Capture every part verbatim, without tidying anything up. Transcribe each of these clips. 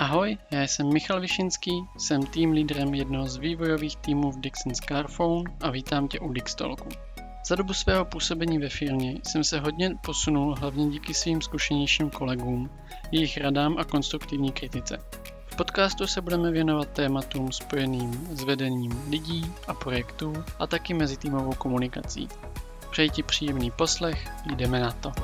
Ahoj, já jsem Michal Višinský, jsem tým lídrem jednoho z vývojových týmů v Dixon Scarphone a vítám tě u Dixtalku. Za dobu svého působení ve firmě jsem se hodně posunul hlavně díky svým zkušenějším kolegům, jejich radám a konstruktivní kritice. V podcastu se budeme věnovat tématům spojeným s vedením lidí a projektů a taky mezitýmovou komunikací. Přeji ti příjemný poslech, jdeme na to.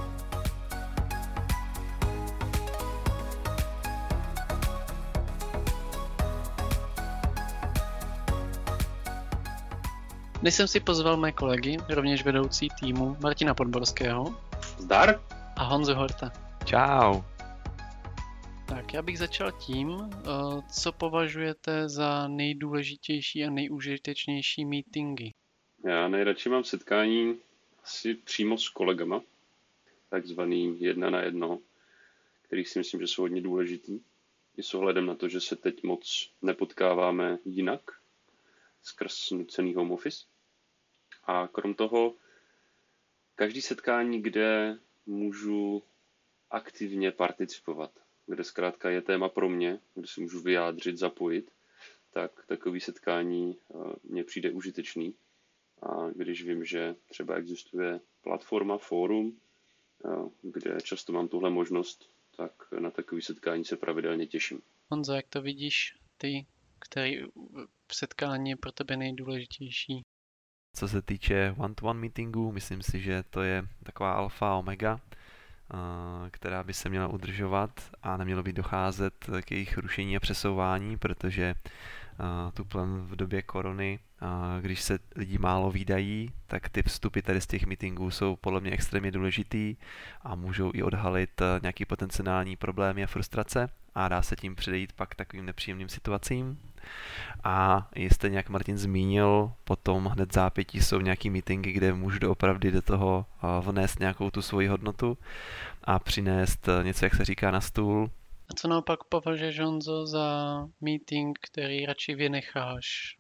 Dnes jsem si pozval mé kolegy, rovněž vedoucí týmu Martina Podborského. Zdar. A Honzu Horta. Čau. Tak já bych začal tím, co považujete za nejdůležitější a nejužitečnější meetingy. Já nejradši mám setkání asi přímo s kolegama, takzvaný jedna na jedno, kterých si myslím, že jsou hodně důležitý. I s ohledem na to, že se teď moc nepotkáváme jinak, skrz nucený home office. A krom toho, každý setkání, kde můžu aktivně participovat, kde zkrátka je téma pro mě, kde se můžu vyjádřit, zapojit, tak takový setkání mně přijde užitečný. A když vím, že třeba existuje platforma, fórum, kde často mám tuhle možnost, tak na takový setkání se pravidelně těším. Honzo, jak to vidíš ty, který setkání je pro tebe nejdůležitější? Co se týče one-to-one meetingů, myslím si, že to je taková alfa omega, která by se měla udržovat a nemělo by docházet k jejich rušení a přesouvání, protože tuplem v době korony, když se lidi málo vídají, tak ty vstupy tady z těch meetingů jsou podle mě extrémně důležitý a můžou i odhalit nějaký potenciální problémy a frustrace a dá se tím předejít pak takovým nepříjemným situacím. A stejně jak Martin zmínil, potom hned zápětí jsou nějaký meetingy, kde můžu doopravdy do toho vnést nějakou tu svoji hodnotu a přinést něco, jak se říká, na stůl. A co naopak považuješ, Honzo, za meeting, který radši vynecháš?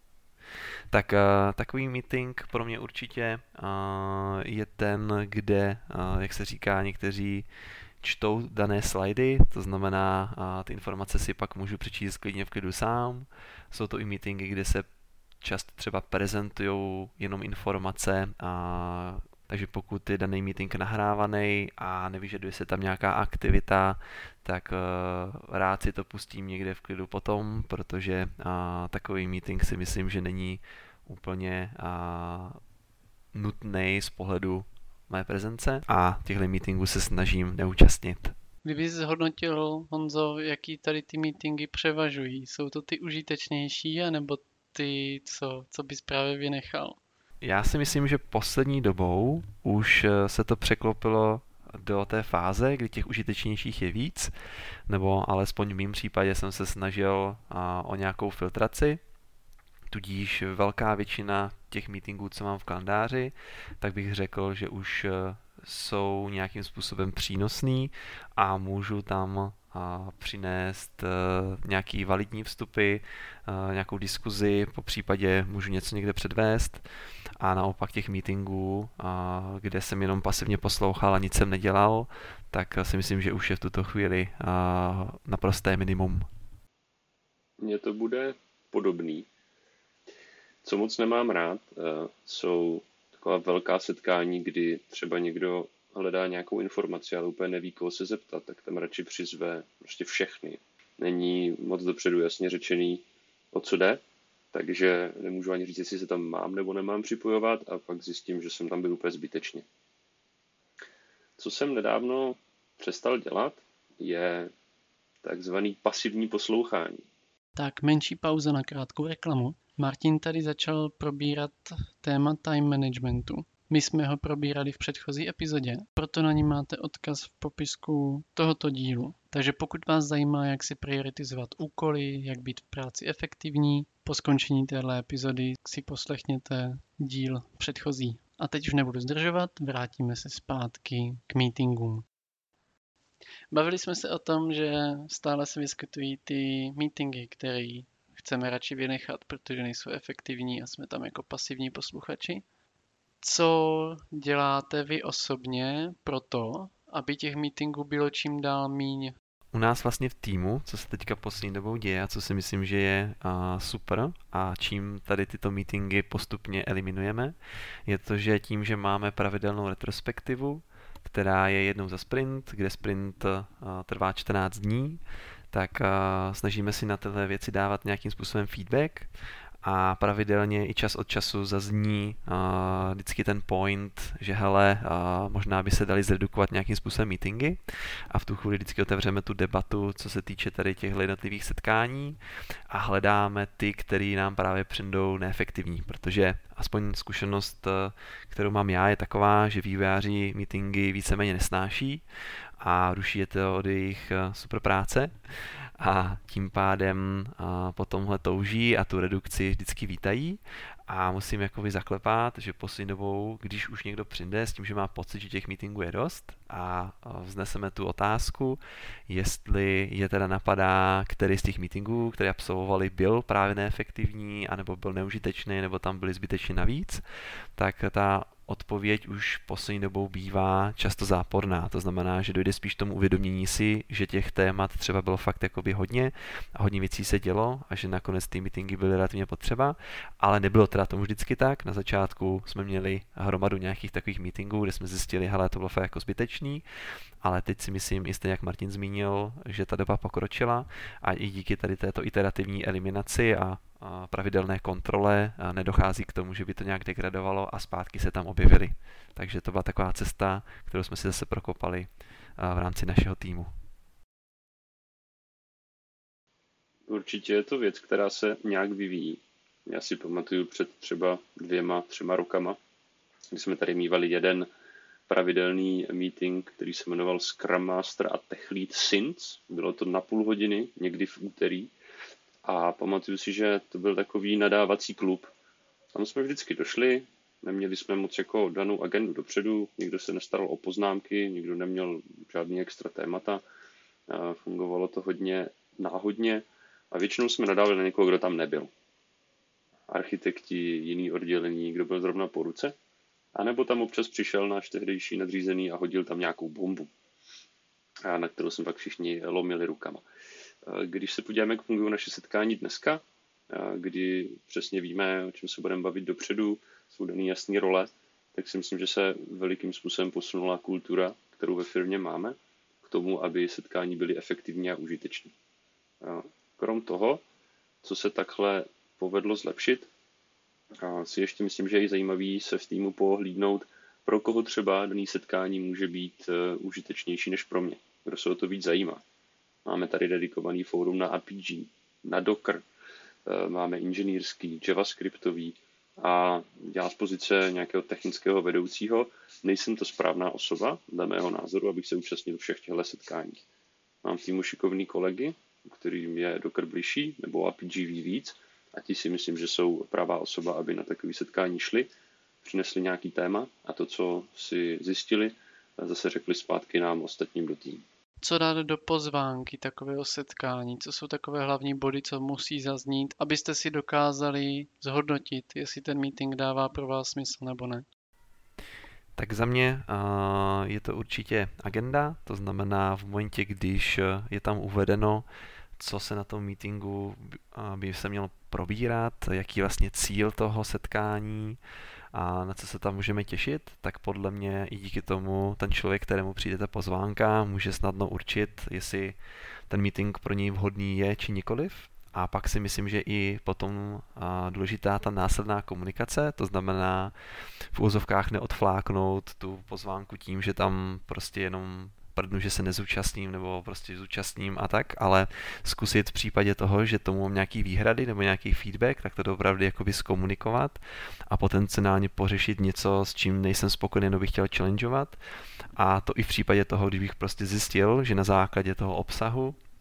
Tak uh, takový meeting pro mě určitě uh, je ten, kde, uh, jak se říká, někteří čtou dané slidy, to znamená, uh, ty informace si pak můžu přečíst klidně v klidu sám. Jsou to i meetingy, kde se často třeba prezentují jenom informace, uh, takže pokud je daný meeting nahrávaný a nevyžaduje se tam nějaká aktivita, tak uh, rád si to pustím někde v klidu potom, protože uh, takový meeting si myslím, že není úplně uh, nutný z pohledu mé prezence a těchto meetingů se snažím neúčastnit. Kdyby jsi zhodnotil, Honzo, jaký tady ty meetingy převažují? Jsou to ty užitečnější, anebo ty, co, co bys právě vynechal? Já si myslím, že poslední dobou už se to překlopilo do té fáze, kdy těch užitečnějších je víc, nebo alespoň v mém případě jsem se snažil o nějakou filtraci, tudíž velká většina těch meetingů, co mám v kalendáři, tak bych řekl, že už jsou nějakým způsobem přínosný a můžu tam a přinést uh, nějaký validní vstupy, uh, nějakou diskuzi, po případě můžu něco někde předvést a naopak těch meetingů, uh, kde jsem jenom pasivně poslouchal a nic jsem nedělal, tak si myslím, že už je v tuto chvíli uh, naprosté minimum. Mně to bude podobný. Co moc nemám rád, uh, jsou taková velká setkání, kdy třeba někdo hledá nějakou informaci, ale úplně neví, koho se zeptat, tak tam radši přizve prostě všechny. Není moc dopředu jasně řečený, o co jde, takže nemůžu ani říct, jestli se tam mám nebo nemám připojovat a pak zjistím, že jsem tam byl úplně zbytečně. Co jsem nedávno přestal dělat, je takzvaný pasivní poslouchání. Tak menší pauza na krátkou reklamu. Martin tady začal probírat téma time managementu. My jsme ho probírali v předchozí epizodě, proto na ní máte odkaz v popisku tohoto dílu. Takže pokud vás zajímá, jak si prioritizovat úkoly, jak být v práci efektivní, po skončení téhle epizody si poslechněte díl předchozí. A teď už nebudu zdržovat, vrátíme se zpátky k meetingům. Bavili jsme se o tom, že stále se vyskytují ty meetingy, které chceme radši vynechat, protože nejsou efektivní a jsme tam jako pasivní posluchači. Co děláte vy osobně pro to, aby těch meetingů bylo čím dál míň? u nás vlastně v týmu, co se teďka poslední dobou děje a co si myslím, že je uh, super a čím tady tyto meetingy postupně eliminujeme, je to, že tím, že máme pravidelnou retrospektivu, která je jednou za sprint, kde sprint uh, trvá čtrnáct dní, tak uh, snažíme si na tyhle věci dávat nějakým způsobem feedback a pravidelně i čas od času zazní uh, vždycky ten point, že hele, uh, možná by se dali zredukovat nějakým způsobem meetingy a v tu chvíli vždycky otevřeme tu debatu, co se týče tady těch jednotlivých setkání a hledáme ty, který nám právě přijdou neefektivní, protože aspoň zkušenost, kterou mám já, je taková, že vývojáři meetingy víceméně nesnáší a ruší je to od jejich super práce a tím pádem po tomhle touží a tu redukci vždycky vítají a musím jakoby zaklepat, že poslední dobou, když už někdo přijde s tím, že má pocit, že těch meetingů je dost a vzneseme tu otázku, jestli je teda napadá, který z těch meetingů, které absolvovali, byl právě neefektivní, anebo byl neužitečný, nebo tam byli zbytečně navíc, tak ta odpověď už poslední dobou bývá často záporná. To znamená, že dojde spíš tomu uvědomění si, že těch témat třeba bylo fakt jakoby hodně a hodně věcí se dělo a že nakonec ty meetingy byly relativně potřeba, ale nebylo teda tomu vždycky tak. Na začátku jsme měli hromadu nějakých takových meetingů, kde jsme zjistili, hele, to bylo fakt jako zbytečný, ale teď si myslím, i stejně jak Martin zmínil, že ta doba pokročila a i díky tady této iterativní eliminaci a pravidelné kontrole nedochází k tomu, že by to nějak degradovalo a zpátky se tam objevily. Takže to byla taková cesta, kterou jsme si zase prokopali v rámci našeho týmu. Určitě je to věc, která se nějak vyvíjí. Já si pamatuju před třeba dvěma, třema rokama, kdy jsme tady mívali jeden pravidelný meeting, který se jmenoval Scrum Master a Tech Lead Sync. Bylo to na půl hodiny, někdy v úterý. A pamatuju si, že to byl takový nadávací klub. Tam jsme vždycky došli, neměli jsme moc jako danou agendu dopředu, nikdo se nestaral o poznámky, nikdo neměl žádný extra témata. Fungovalo to hodně náhodně a většinou jsme nadávali na někoho, kdo tam nebyl. Architekti, jiný oddělení, kdo byl zrovna po ruce. A nebo tam občas přišel náš tehdejší nadřízený a hodil tam nějakou bombu, a na kterou jsme pak všichni lomili rukama. Když se podíváme, jak fungují naše setkání dneska, kdy přesně víme, o čem se budeme bavit dopředu, jsou dané jasné role, tak si myslím, že se velikým způsobem posunula kultura, kterou ve firmě máme, k tomu, aby setkání byly efektivní a užitečné. Krom toho, co se takhle povedlo zlepšit, si ještě myslím, že je zajímavý se v týmu pohlídnout, pro koho třeba dané setkání může být užitečnější než pro mě, kdo se o to víc zajímá. Máme tady dedikovaný fórum na R P G, na Docker, máme inženýrský, javascriptový a já z pozice nějakého technického vedoucího nejsem to správná osoba, dle mého názoru, abych se účastnil všech těchto setkání. Mám v týmu šikovný kolegy, kterým je Docker bližší, nebo R P G ví víc a ti si myslím, že jsou pravá osoba, aby na takové setkání šli, přinesli nějaký téma a to, co si zjistili, zase řekli zpátky nám ostatním do týmu. Co dát do pozvánky takového setkání? Co jsou takové hlavní body, co musí zaznít, abyste si dokázali zhodnotit, jestli ten meeting dává pro vás smysl nebo ne? Tak za mě uh, je to určitě agenda, to znamená v momentě, když je tam uvedeno, co se na tom meetingu uh, by se mělo probírat, jaký je vlastně cíl toho setkání a na co se tam můžeme těšit, tak podle mě i díky tomu ten člověk, kterému přijde ta pozvánka, může snadno určit, jestli ten meeting pro něj vhodný je či nikoliv. A pak si myslím, že i potom důležitá ta následná komunikace, to znamená v úvozovkách neodfláknout tu pozvánku tím, že tam prostě jenom prdnu, že se nezúčastním nebo prostě zúčastním a tak, ale zkusit v případě toho, že tomu mám nějaký výhrady nebo nějaký feedback, tak to opravdu jakoby zkomunikovat a potenciálně pořešit něco, s čím nejsem spokojený nebo bych chtěl challengeovat. A to i v případě toho, když bych prostě zjistil, že na základě toho obsahu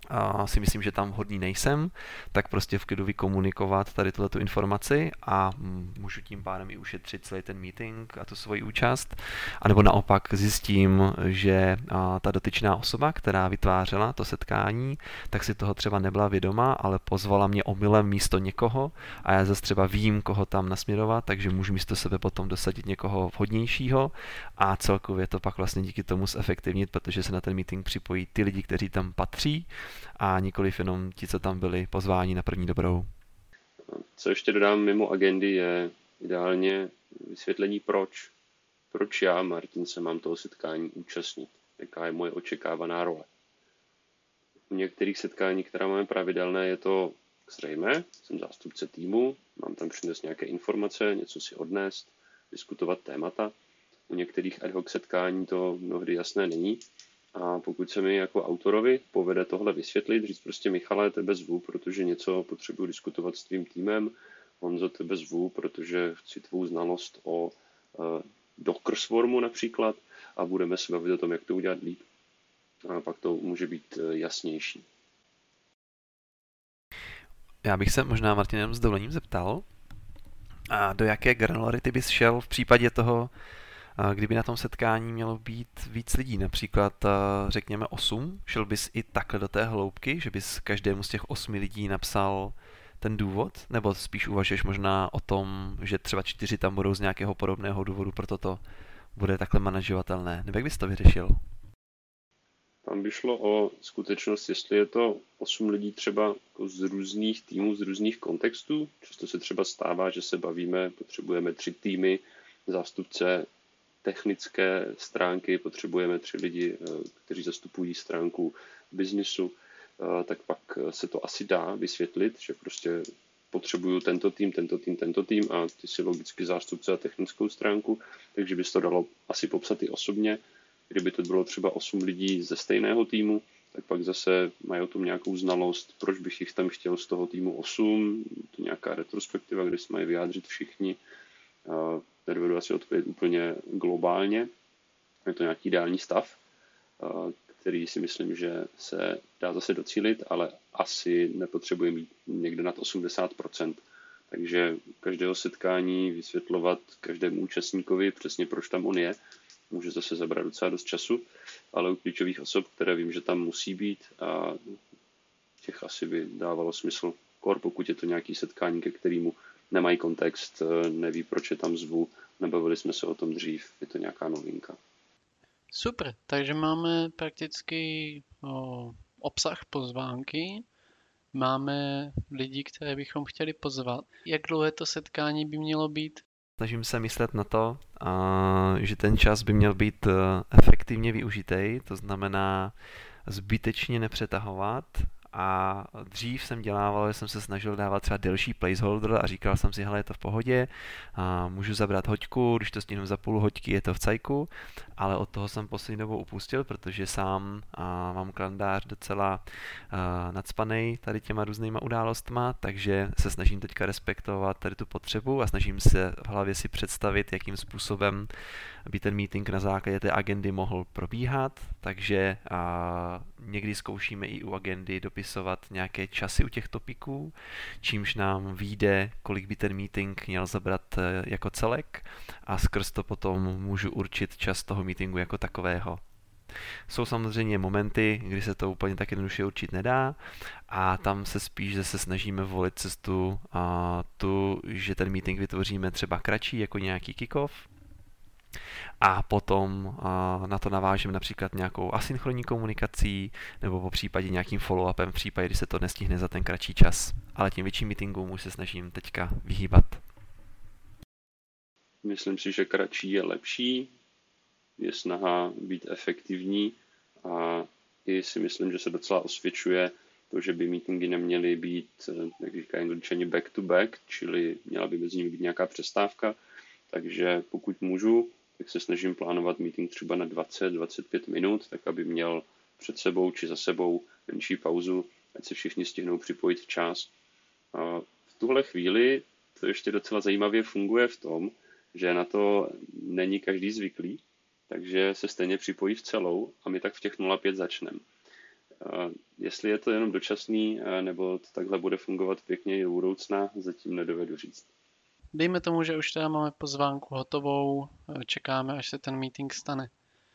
a si myslím, že tam hodný nejsem, tak prostě v klidu vykomunikovat tady tuhletu informaci a můžu tím pádem i ušetřit celý ten meeting a tu svoji účast. A nebo naopak zjistím, že ta dotyčná osoba, která vytvářela to setkání, tak si toho třeba nebyla vědoma, ale pozvala mě omylem místo někoho a já zase třeba vím, koho tam nasměrovat, takže můžu místo sebe potom dosadit někoho vhodnějšího a celkově to pak vlastně díky tomu zefektivnit, protože se na ten meeting připojí ty lidi, kteří tam patří a nikoliv jenom ti, co tam byli pozváni na první dobrou. Co ještě dodám mimo agendy je ideálně vysvětlení proč. Proč já, Martin, se mám toho setkání účastnit. Jaká je moje očekávaná role. U některých setkání, která máme pravidelné, je to zřejmé. Jsem zástupce týmu, mám tam přinést nějaké informace, něco si odnést, diskutovat témata. U některých ad hoc setkání to mnohdy jasné není. A pokud se mi jako autorovi povede tohle vysvětlit, říct prostě Michale, tebe zvu, protože něco potřebuji diskutovat s tvým týmem, Honzo, tebe zvu, protože chci tvou znalost o uh, Docker Swarmu například a budeme se bavit o tom, jak to udělat líp. A pak to může být jasnější. Já bych se možná, Martin, jenom s dovolením zeptal, a do jaké granularity bys šel v případě toho, kdyby na tom setkání mělo být víc lidí, například řekněme osm, šel bys i takhle do té hloubky, že bys každému z těch osmi lidí napsal ten důvod, nebo spíš uvažuješ možná o tom, že třeba čtyři tam budou z nějakého podobného důvodu, proto to bude takhle manažovatelné, nebo jak bys to vyřešil? Tam by šlo o skutečnost, jestli je to osm lidí třeba z různých týmů, z různých kontextů. Často se třeba stává, že se bavíme, potřebujeme tři týmy, zástupce technické stránky, potřebujeme tři lidi, kteří zastupují stránku biznisu, tak pak se to asi dá vysvětlit, že prostě potřebuju tento tým, tento tým, tento tým a ty si logicky zástupce a technickou stránku, takže by se to dalo asi popsat i osobně. Kdyby to bylo třeba osm lidí ze stejného týmu, tak pak zase mají o tom nějakou znalost, proč bych jich tam chtěl z toho týmu osm, to je nějaká retrospektiva, kde se mají vyjádřit všichni. Nedovedu asi odpovědět úplně globálně, je to nějaký ideální stav, který si myslím, že se dá zase docílit, ale asi nepotřebuje mít někde nad osmdesát procent. Takže každého setkání vysvětlovat každému účastníkovi přesně proč tam on je, může zase zabrat docela dost času, ale u klíčových osob, které vím, že tam musí být, a těch asi by dávalo smysl, kor pokud je to nějaký setkání, ke kterému nemají kontext, neví, proč je tam zvu, nebavili jsme se o tom dřív, je to nějaká novinka. Super, takže máme prakticky o, obsah pozvánky, máme lidi, které bychom chtěli pozvat. Jak dlouhé to setkání by mělo být? Snažím se myslet na to, že ten čas by měl být efektivně využitý, to znamená zbytečně nepřetahovat. A dřív jsem dělával, že jsem se snažil dávat třeba delší placeholder a říkal jsem si, hele, je to v pohodě, a můžu zabrat hoďku, když to stihnu za půl hoďky, je to v cajku, ale od toho jsem poslední dobou upustil, protože sám a, mám kalendář docela a, nacpanej tady těma různýma událostma, takže se snažím teďka respektovat tady tu potřebu a snažím se v hlavě si představit, jakým způsobem by ten meeting na základě té agendy mohl probíhat, takže a, někdy zkoušíme i u agendy dopisovat nějaké časy u těch topiků, čímž nám vyjde, kolik by ten meeting měl zabrat jako celek a skrz to potom můžu určit čas toho meetingu jako takového. Jsou samozřejmě momenty, kdy se to úplně tak jednoduše určit nedá a tam se spíš zase snažíme volit cestu a tu, že ten meeting vytvoříme třeba kratší jako nějaký kick-off, a potom a, na to navážeme například nějakou asynchronní komunikací nebo po případě nějakým follow-upem v případě, kdy se to nestihne za ten kratší čas. Ale tím větším meetingům už se snažím teďka vyhýbat. Myslím si, že kratší je lepší, je snaha být efektivní a i si myslím, že se docela osvědčuje to, že by meetingy neměly být, jak říkají Angličani, back to back, čili měla by mezi nimi být nějaká přestávka, takže pokud můžu, tak se snažím plánovat meeting třeba na dvacet až dvacet pět minut, tak aby měl před sebou či za sebou menší pauzu, ať se všichni stihnou připojit včas. A v tuhle chvíli to ještě docela zajímavě funguje v tom, že na to není každý zvyklý, takže se stejně připojí v celou a my tak v těch nula pět začneme. Jestli je to jenom dočasný, nebo to takhle bude fungovat pěkně i do budoucna, zatím nedovedu říct. Dejme tomu, že už teda máme pozvánku hotovou, čekáme, až se ten meeting stane.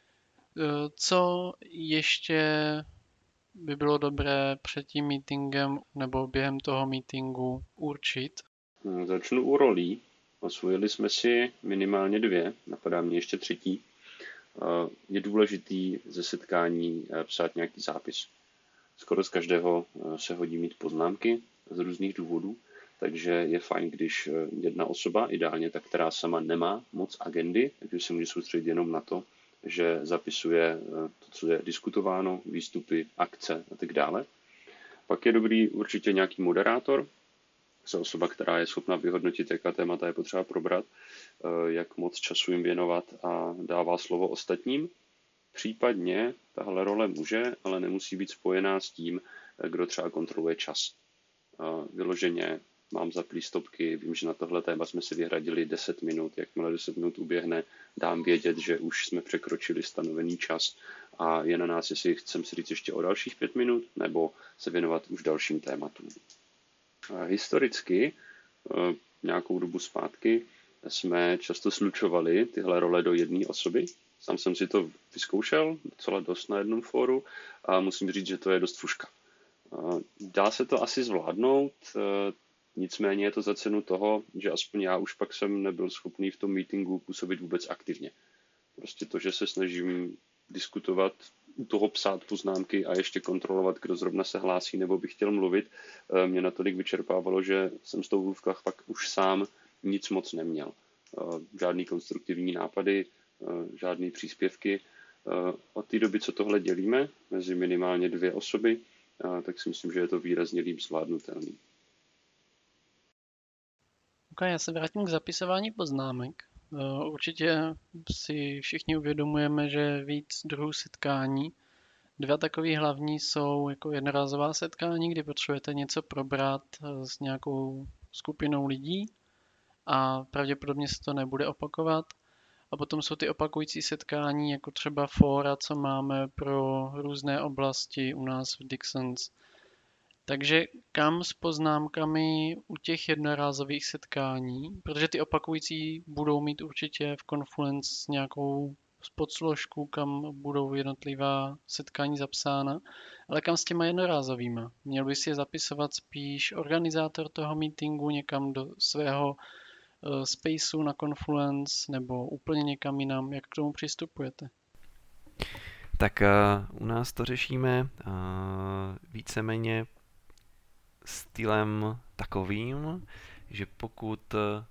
Co ještě by bylo dobré před tím meetingem nebo během toho meetingu určit? Začnu u rolí. Osvojili jsme si minimálně dvě, napadá mě ještě třetí. Je důležitý ze setkání psát nějaký zápis. Skoro z každého se hodí mít poznámky z různých důvodů, takže je fajn, když jedna osoba, ideálně ta, která sama nemá moc agendy, takže se může soustředit jenom na to, že zapisuje to, co je diskutováno, výstupy, akce a tak dále. Pak je dobrý určitě nějaký moderátor, se osoba, která je schopna vyhodnotit, jaká témata je potřeba probrat, jak moc času jim věnovat a dává slovo ostatním. Případně tahle role může, ale nemusí být spojená s tím, kdo třeba kontroluje čas. Vyloženě mám zaplý stopky, vím, že na tohle téma jsme si vyhradili deset minut, jakmile deset minut uběhne, dám vědět, že už jsme překročili stanovený čas a je na nás, jestli chceme si říct ještě o dalších pět minut, nebo se věnovat už dalším tématům. Historicky, nějakou dobu zpátky, jsme často slučovali tyhle role do jedné osoby. Sám jsem si to vyzkoušel docela dost na jednom fóru a musím říct, že to je dost fuška. Dá se to asi zvládnout, nicméně je to za cenu toho, že aspoň já už pak jsem nebyl schopný v tom meetingu působit vůbec aktivně. Prostě to, že se snažím diskutovat, u toho psát poznámky a ještě kontrolovat, kdo zrovna se hlásí nebo by chtěl mluvit, mě natolik vyčerpávalo, že jsem z toho v úvkách pak už sám nic moc neměl. Žádný konstruktivní nápady, žádný příspěvky. Od té doby, co tohle dělíme mezi minimálně dvě osoby, tak si myslím, že je to výrazně líp zvládnutelný. Ok, já se vrátím k zapisování poznámek. Určitě si všichni uvědomujeme, že víc druhů setkání. Dva takové hlavní jsou jako jednorázová setkání, kdy potřebujete něco probrat s nějakou skupinou lidí a pravděpodobně se to nebude opakovat. A potom jsou ty opakující setkání, jako třeba fóra, co máme pro různé oblasti u nás v Dixons. Takže kam s poznámkami u těch jednorázových setkání, protože ty opakující budou mít určitě v Confluence nějakou podsložku, kam budou jednotlivá setkání zapsána, ale kam s těma jednorázovýma? Měl by si je zapisovat spíš organizátor toho meetingu někam do svého uh, spaceu na Confluence nebo úplně někam jinam? Jak k tomu přistupujete? Tak uh, u nás to řešíme uh, víceméně stylem takovým, že pokud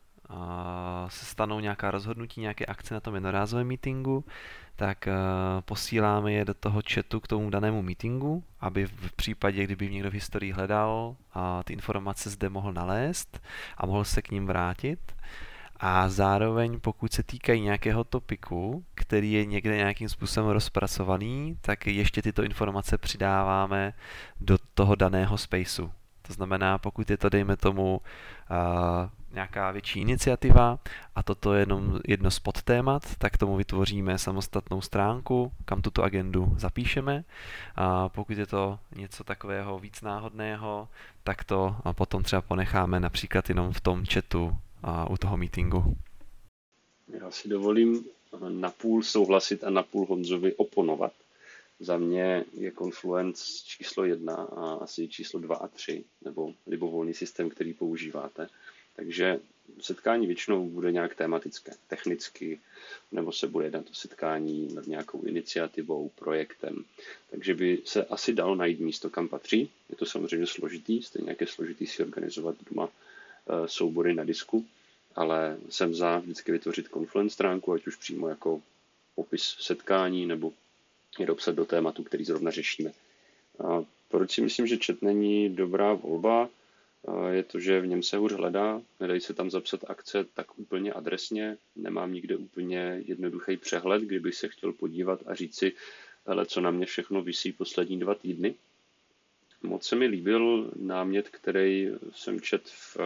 uh, se stanou nějaká rozhodnutí, nějaké akce na tom jednorázovém meetingu, tak uh, posíláme je do toho chatu k tomu danému meetingu, aby v případě, kdyby někdo v historii hledal, uh, ty informace zde mohl nalézt a mohl se k ním vrátit. A zároveň, pokud se týkají nějakého topiku, který je někde nějakým způsobem rozpracovaný, tak ještě tyto informace přidáváme do toho daného spaceu. To znamená, pokud je to, dejme tomu, uh, nějaká větší iniciativa a toto je jenom jedno z podtémat, tak tomu vytvoříme samostatnou stránku, kam tuto agendu zapíšeme. A pokud je to něco takového víc náhodného, tak to potom třeba ponecháme například jenom v tom chatu uh, u toho meetingu. Já si dovolím napůl souhlasit a napůl Honzovi oponovat. Za mě je Confluence číslo jedna a asi číslo dva a tři, nebo libovolný systém, který používáte. Takže setkání většinou bude nějak tematické, technicky, nebo se bude jednat o setkání nad nějakou iniciativou, projektem. Takže by se asi dalo najít místo, kam patří. Je to samozřejmě složitý, stejně jak je složitý si organizovat doma soubory na disku, ale jsem za vždycky vytvořit Confluence stránku, ať už přímo jako popis setkání, nebo je dopsat do tématu, který zrovna řešíme. A proč si myslím, že chat není dobrá volba, je to, že v něm se hůř hledá, nedají se tam zapsat akce tak úplně adresně, nemám nikde úplně jednoduchý přehled, kdybych se chtěl podívat a říct si, hele, co na mě všechno visí poslední dva týdny. Moc se mi líbil námět, který jsem četl v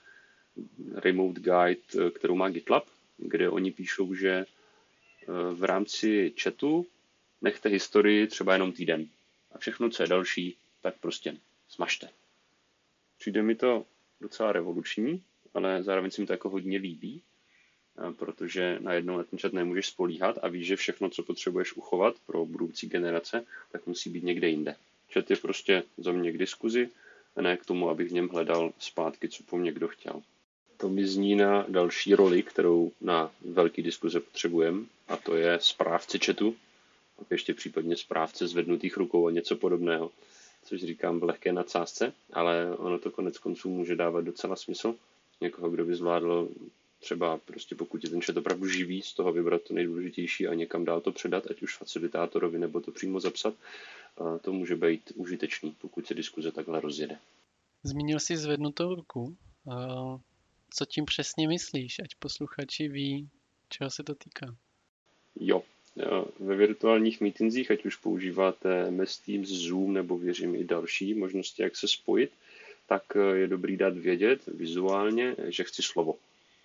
Remote Guide, kterou má GitLab, kde oni píšou, že v rámci chatu nechte historii třeba jenom týden. a všechno, co je další, tak prostě smažte. Přijde mi to docela revoluční, ale zároveň se mi to jako hodně líbí, protože najednou na ten chat nemůžeš spolíhat a víš, že všechno, co potřebuješ uchovat pro budoucí generace, tak musí být někde jinde. Chat je prostě za mě k diskuzi, a ne k tomu, abych v něm hledal zpátky, co po mně kdo chtěl. To mi zní na další roli, kterou na velký diskuze potřebujeme, a to je správce chatu, pak ještě případně správce zvednutých rukou a něco podobného, což říkám v lehké nadsázce, ale ono to konec konců může dávat docela smysl. Někoho, kdo by zvládl třeba prostě pokud je ten chat opravdu živý, z toho vybrat to nejdůležitější a někam dál to předat, ať už facilitátorovi nebo to přímo zapsat, to může být užitečný, pokud se diskuze takhle rozjede. Zmínil jsi zvednutou ruku. Co tím přesně myslíš, ať posluchači ví, čeho se to týká? Jo, ve virtuálních meetingsích, ať už používáte M S Teams, Zoom nebo věřím i další možnosti, jak se spojit, tak je dobrý dát vědět vizuálně, že chci slovo.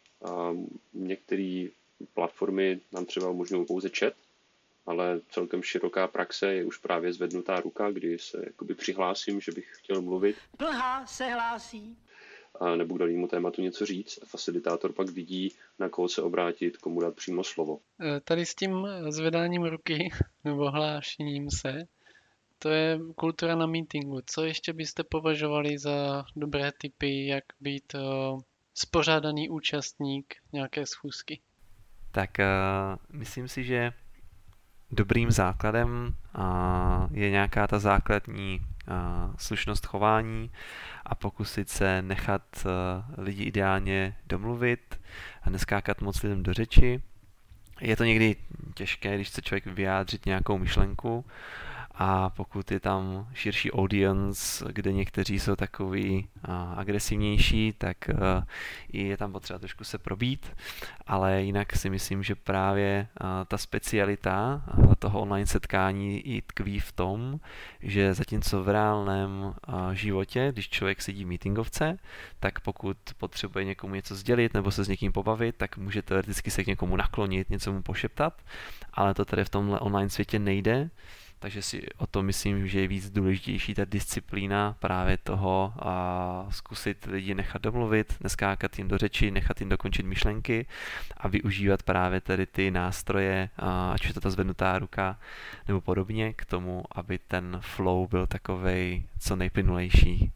Některé platformy nám třeba umožňují pouze chat, ale celkem široká praxe je už právě zvednutá ruka, kdy se jakoby přihlásím, že bych chtěl mluvit. Plhá se hlásí. A nebo k danému tématu něco říct. Facilitátor pak vidí, na koho se obrátit, komu dát přímo slovo. Tady s tím zvedáním ruky nebo hlášením se, to je kultura na meetingu. Co ještě byste považovali za dobré tipy, jak být uh, spořádaný účastník nějaké schůzky? Tak uh, myslím si, že dobrým základem uh, je nějaká ta základní uh, slušnost chování a pokusit se nechat uh, lidi ideálně domluvit a neskákat moc lidem do řeči. Je to někdy těžké, když chce člověk vyjádřit nějakou myšlenku, a pokud je tam širší audience, kde někteří jsou takový uh, agresivnější, tak uh, je tam potřeba trošku se probít, ale jinak si myslím, že právě uh, ta specialita uh, toho online setkání i tkví v tom, že zatímco v reálném uh, životě, když člověk sedí v meetingovce, tak pokud potřebuje někomu něco sdělit nebo se s někým pobavit, tak může teoreticky se k někomu naklonit, něco mu pošeptat, ale to tady v tomhle online světě nejde. Takže si o to myslím, že je víc důležitější ta disciplína právě toho a zkusit lidi nechat domluvit, neskákat jim do řeči, nechat jim dokončit myšlenky a využívat právě tady ty nástroje, ať je to ta zvednutá ruka nebo podobně, k tomu, aby ten flow byl takovej co nejplynulejší.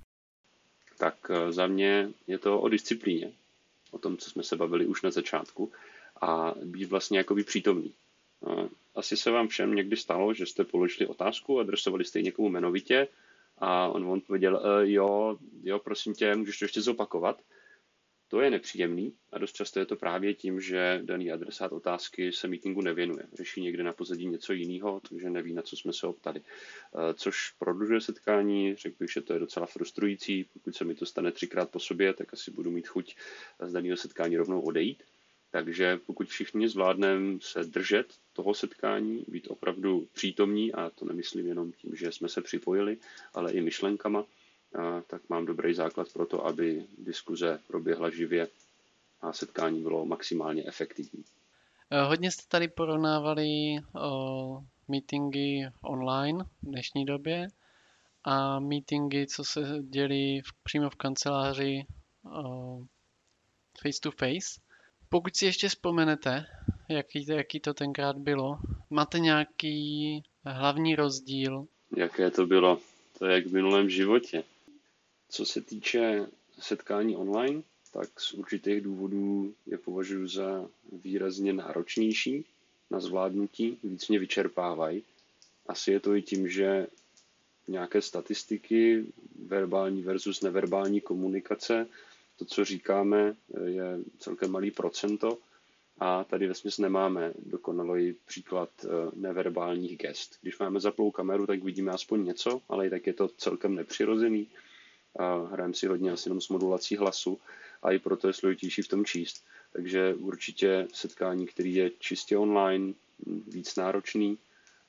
Tak za mě je to o disciplíně, o tom, co jsme se bavili už na začátku, a být vlastně jakoby přítomný. Asi se vám všem někdy stalo, že jste položili otázku, adresovali jste ji někomu jmenovitě a on odpověděl, e, jo, jo, prosím tě, můžeš to ještě zopakovat. To je nepříjemný a dost často je to právě tím, že daný adresát otázky se meetingu nevěnuje. Řeší někde na pozadí něco jiného, takže neví, na co jsme se optali. Což prodlužuje setkání, řekl bych, že to je docela frustrující. Pokud se mi to stane třikrát po sobě, tak asi budu mít chuť z daného setkání rovnou odejít. Takže pokud všichni zvládneme se držet toho setkání, být opravdu přítomní, a to nemyslím jenom tím, že jsme se připojili, ale i myšlenkama, tak mám dobrý základ pro to, aby diskuze proběhla živě a setkání bylo maximálně efektivní. Hodně jste tady porovnávali o meetingy online v dnešní době a meetingy, co se dělí v, přímo v kanceláři o, face to face. Pokud si ještě vzpomenete, jaký, jaký to tenkrát bylo, máte nějaký hlavní rozdíl? Jaké to bylo? To je jak v minulém životě. Co se týče setkání online, tak z určitých důvodů je považuji za výrazně náročnější na zvládnutí, víc mě vyčerpávají. Asi je to i tím, že nějaké statistiky, verbální versus neverbální komunikace, to, co říkáme, je celkem malý procento a tady vesměs nemáme dokonalý příklad neverbálních gest. Když máme zaplou kameru, tak vidíme aspoň něco, ale i tak je to celkem nepřirozený. Hrajeme si hodně asi jenom s modulací hlasu a i proto je složitější v tom číst. Takže určitě setkání, který je čistě online, víc náročný.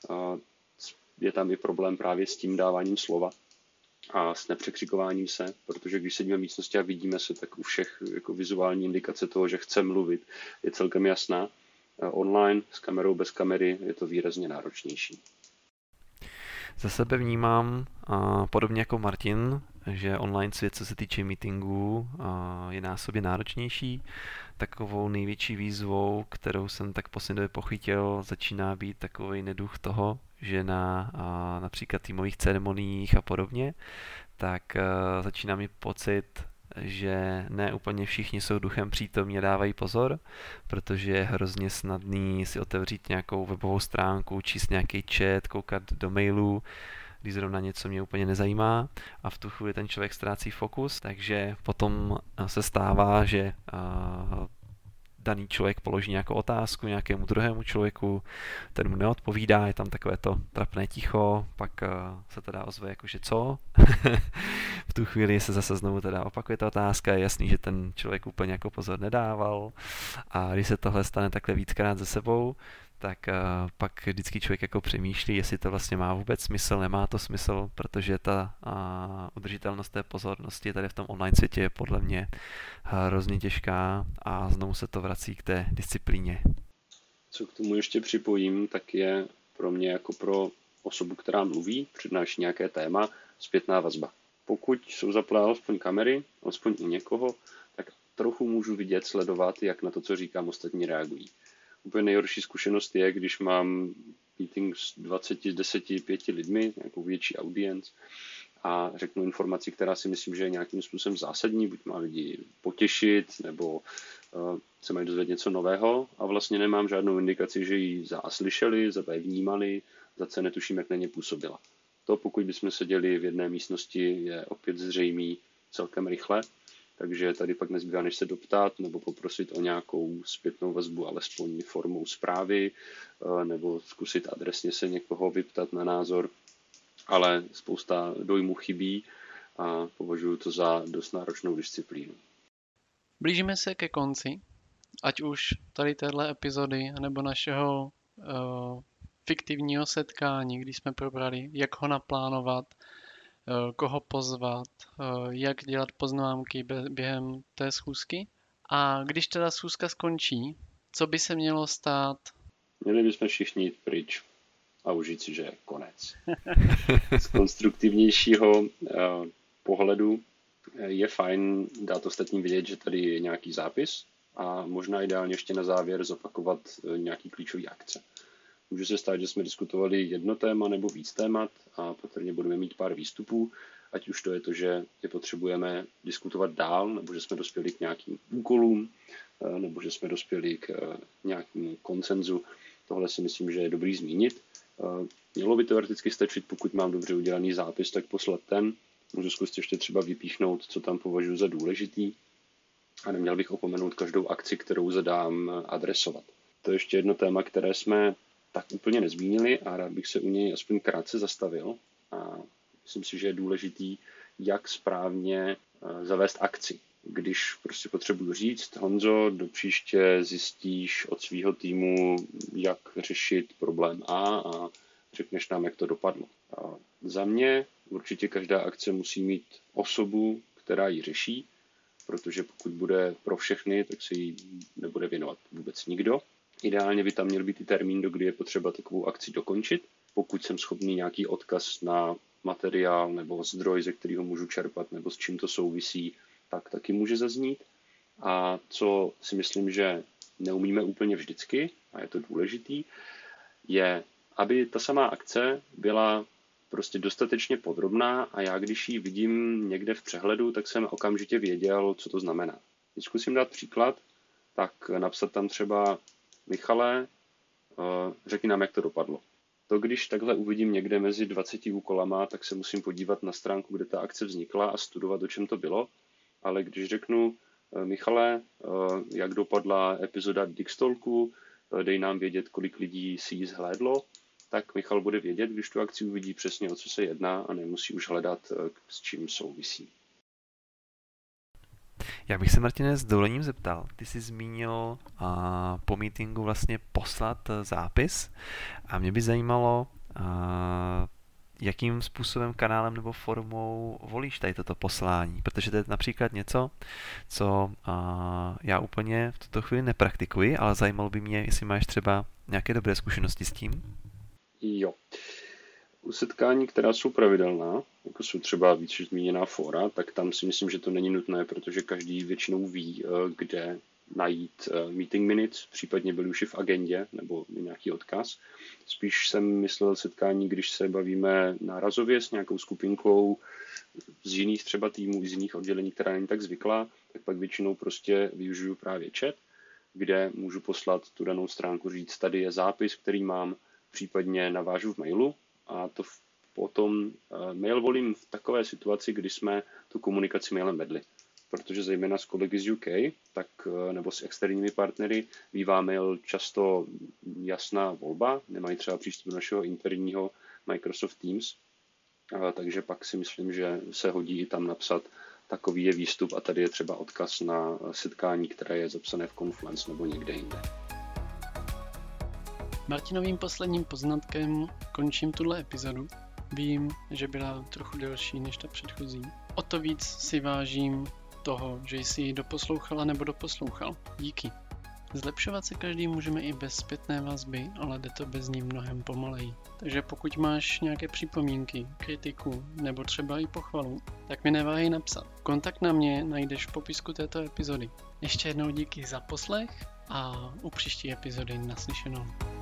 Je tam i problém právě s tím dáváním slova a s nepřekřikováním se, protože když sedíme v místnosti a vidíme se, tak u všech jako vizuální indikace toho, že chce mluvit, je celkem jasná. Online s kamerou, bez kamery je to výrazně náročnější. Za sebe vnímám a podobně jako Martin, že online svět, co se týče meetingů, je násobně náročnější. Takovou největší výzvou, kterou jsem tak poslední době pochytil, začíná být takový neduch toho, že na a, například týmových ceremoniích a podobně, tak a, začíná mít pocit, že ne úplně všichni jsou duchem přítomně, dávají pozor, protože je hrozně snadný si otevřít nějakou webovou stránku, číst nějaký chat, koukat do mailů, když zrovna něco mě úplně nezajímá a v tu chvíli ten člověk ztrácí fokus, takže potom se stává, že daný člověk položí nějakou otázku nějakému druhému člověku, ten mu neodpovídá, je tam takové to trapné ticho, pak se teda ozve jakože co? V tu chvíli se zase znovu teda opakuje ta otázka, je jasný, že ten člověk úplně jako pozor nedával a když se tohle stane takhle víckrát za sebou, tak uh, pak vždycky člověk jako přemýšlí, jestli to vlastně má vůbec smysl, nemá to smysl, protože ta uh, udržitelnost té pozornosti tady v tom online světě je podle mě hrozně těžká a znovu se to vrací k té disciplíně. Co k tomu ještě připojím, tak je pro mě jako pro osobu, která mluví, přednáší nějaké téma, zpětná vazba. Pokud jsou zaplé alespoň kamery, alespoň u někoho, tak trochu můžu vidět, sledovat, jak na to, co říkám, ostatní reagují. Úplně nejhorší zkušenost je, když mám meeting s dvaceti, deseti, pěti lidmi, nějakou větší audience a řeknu informaci, která si myslím, že je nějakým způsobem zásadní, buď má lidi potěšit, nebo uh, se mají dozvědět něco nového a vlastně nemám žádnou indikaci, že ji za A slyšeli, za B vnímali, za C netuším, jak na ně působila. To, pokud bychom seděli v jedné místnosti, je opět zřejmý celkem rychle. Takže tady pak nezbývá, než se doptat nebo poprosit o nějakou zpětnou vazbu, alespoň formou zprávy, nebo zkusit adresně se někoho vyptat na názor, ale spousta dojmů chybí a považuji to za dost náročnou disciplínu. Blížíme se ke konci, ať už tady téhle epizody, nebo našeho uh, fiktivního setkání, kdy jsme probrali, jak ho naplánovat, koho pozvat, jak dělat poznámky během té schůzky. A když teda schůzka skončí, co by se mělo stát? Měli bychom všichni jít pryč a užít si, že je konec. Z konstruktivnějšího pohledu je fajn dát ostatním vidět, že tady je nějaký zápis a možná ideálně ještě na závěr zopakovat nějaký klíčový akce. Může se stát, že jsme diskutovali jedno téma nebo víc témat a patrně budeme mít pár výstupů, ať už to je to, že je potřebujeme diskutovat dál, nebo že jsme dospěli k nějakým úkolům, nebo že jsme dospěli k nějakému konsenzu. Tohle si myslím, že je dobrý zmínit. Mělo by teoreticky stačit, pokud mám dobře udělaný zápis, tak poslat ten. Můžu zkusit ještě třeba vypíchnout, co tam považuji za důležitý a neměl bych opomenout každou akci, kterou zadám, adresovat. To je ještě jedno téma, které jsme tak úplně nezmínili a rád bych se u něj aspoň krátce zastavil. A myslím si, že je důležitý, jak správně zavést akci. Když prostě potřebuji říct, Honzo, do příště zjistíš od svého týmu, jak řešit problém A a řekneš nám, jak to dopadlo. A za mě určitě každá akce musí mít osobu, která ji řeší, protože pokud bude pro všechny, tak se jí nebude věnovat vůbec nikdo. Ideálně by tam měl být i termín, do kdy je potřeba takovou akci dokončit. Pokud jsem schopný nějaký odkaz na materiál nebo zdroj, ze kterého můžu čerpat nebo s čím to souvisí, tak taky může zaznít. A co si myslím, že neumíme úplně vždycky, a je to důležitý, je, aby ta samá akce byla prostě dostatečně podrobná a já, když ji vidím někde v přehledu, tak jsem okamžitě věděl, co to znamená. Když zkusím dát příklad, tak napsat tam třeba Michale, řekni nám, jak to dopadlo. To, když takhle uvidím někde mezi dvaceti úkolama, tak se musím podívat na stránku, kde ta akce vznikla a studovat, o čem to bylo. Ale když řeknu, Michale, jak dopadla epizoda Dixtalku, dej nám vědět, kolik lidí si ji zhlédlo, tak Michal bude vědět, když tu akci uvidí přesně, o co se jedná a nemusí už hledat, s čím souvisí. Já bych se, Martine, s dovolením zeptal. Ty jsi zmínil a, po meetingu vlastně poslat zápis a mě by zajímalo, a, jakým způsobem, kanálem nebo formou volíš tady toto poslání, protože to je například něco, co a, já úplně v tuto chvíli nepraktikuji, ale zajímalo by mě, jestli máš třeba nějaké dobré zkušenosti s tím. Jo. U setkání, která jsou pravidelná, jako jsou třeba víc zmíněná fóra, tak tam si myslím, že to není nutné, protože každý většinou ví, kde najít meeting minutes, případně byly už i v agendě nebo nějaký odkaz. Spíš jsem myslel setkání, když se bavíme nárazově s nějakou skupinkou z jiných třeba týmů, z jiných oddělení, která není tak zvyklá, tak pak většinou prostě využiju právě chat, kde můžu poslat tu danou stránku, říct, tady je zápis, který mám, případně navážu v mailu a to potom mail volím v takové situaci, kdy jsme tu komunikaci mailem vedli. Protože zejména s kolegy z U K, tak, nebo s externími partnery, bývá mail často jasná volba, nemají třeba přístup do našeho interního Microsoft Teams, takže pak si myslím, že se hodí i tam napsat takový je výstup a tady je třeba odkaz na setkání, které je zapsané v Confluence nebo někde jinde. Martinovým posledním poznatkem končím tuhle epizodu. Vím, že byla trochu delší než ta předchozí. O to víc si vážím toho, že jsi ji doposlouchala nebo doposlouchal. Díky. Zlepšovat se každý můžeme i bez zpětné vazby, ale jde to bez ní mnohem pomaleji. Takže pokud máš nějaké připomínky, kritiku nebo třeba i pochvalu, tak mi neváhej napsat. Kontakt na mě najdeš v popisku této epizody. Ještě jednou díky za poslech a u příští epizody naslyšenou.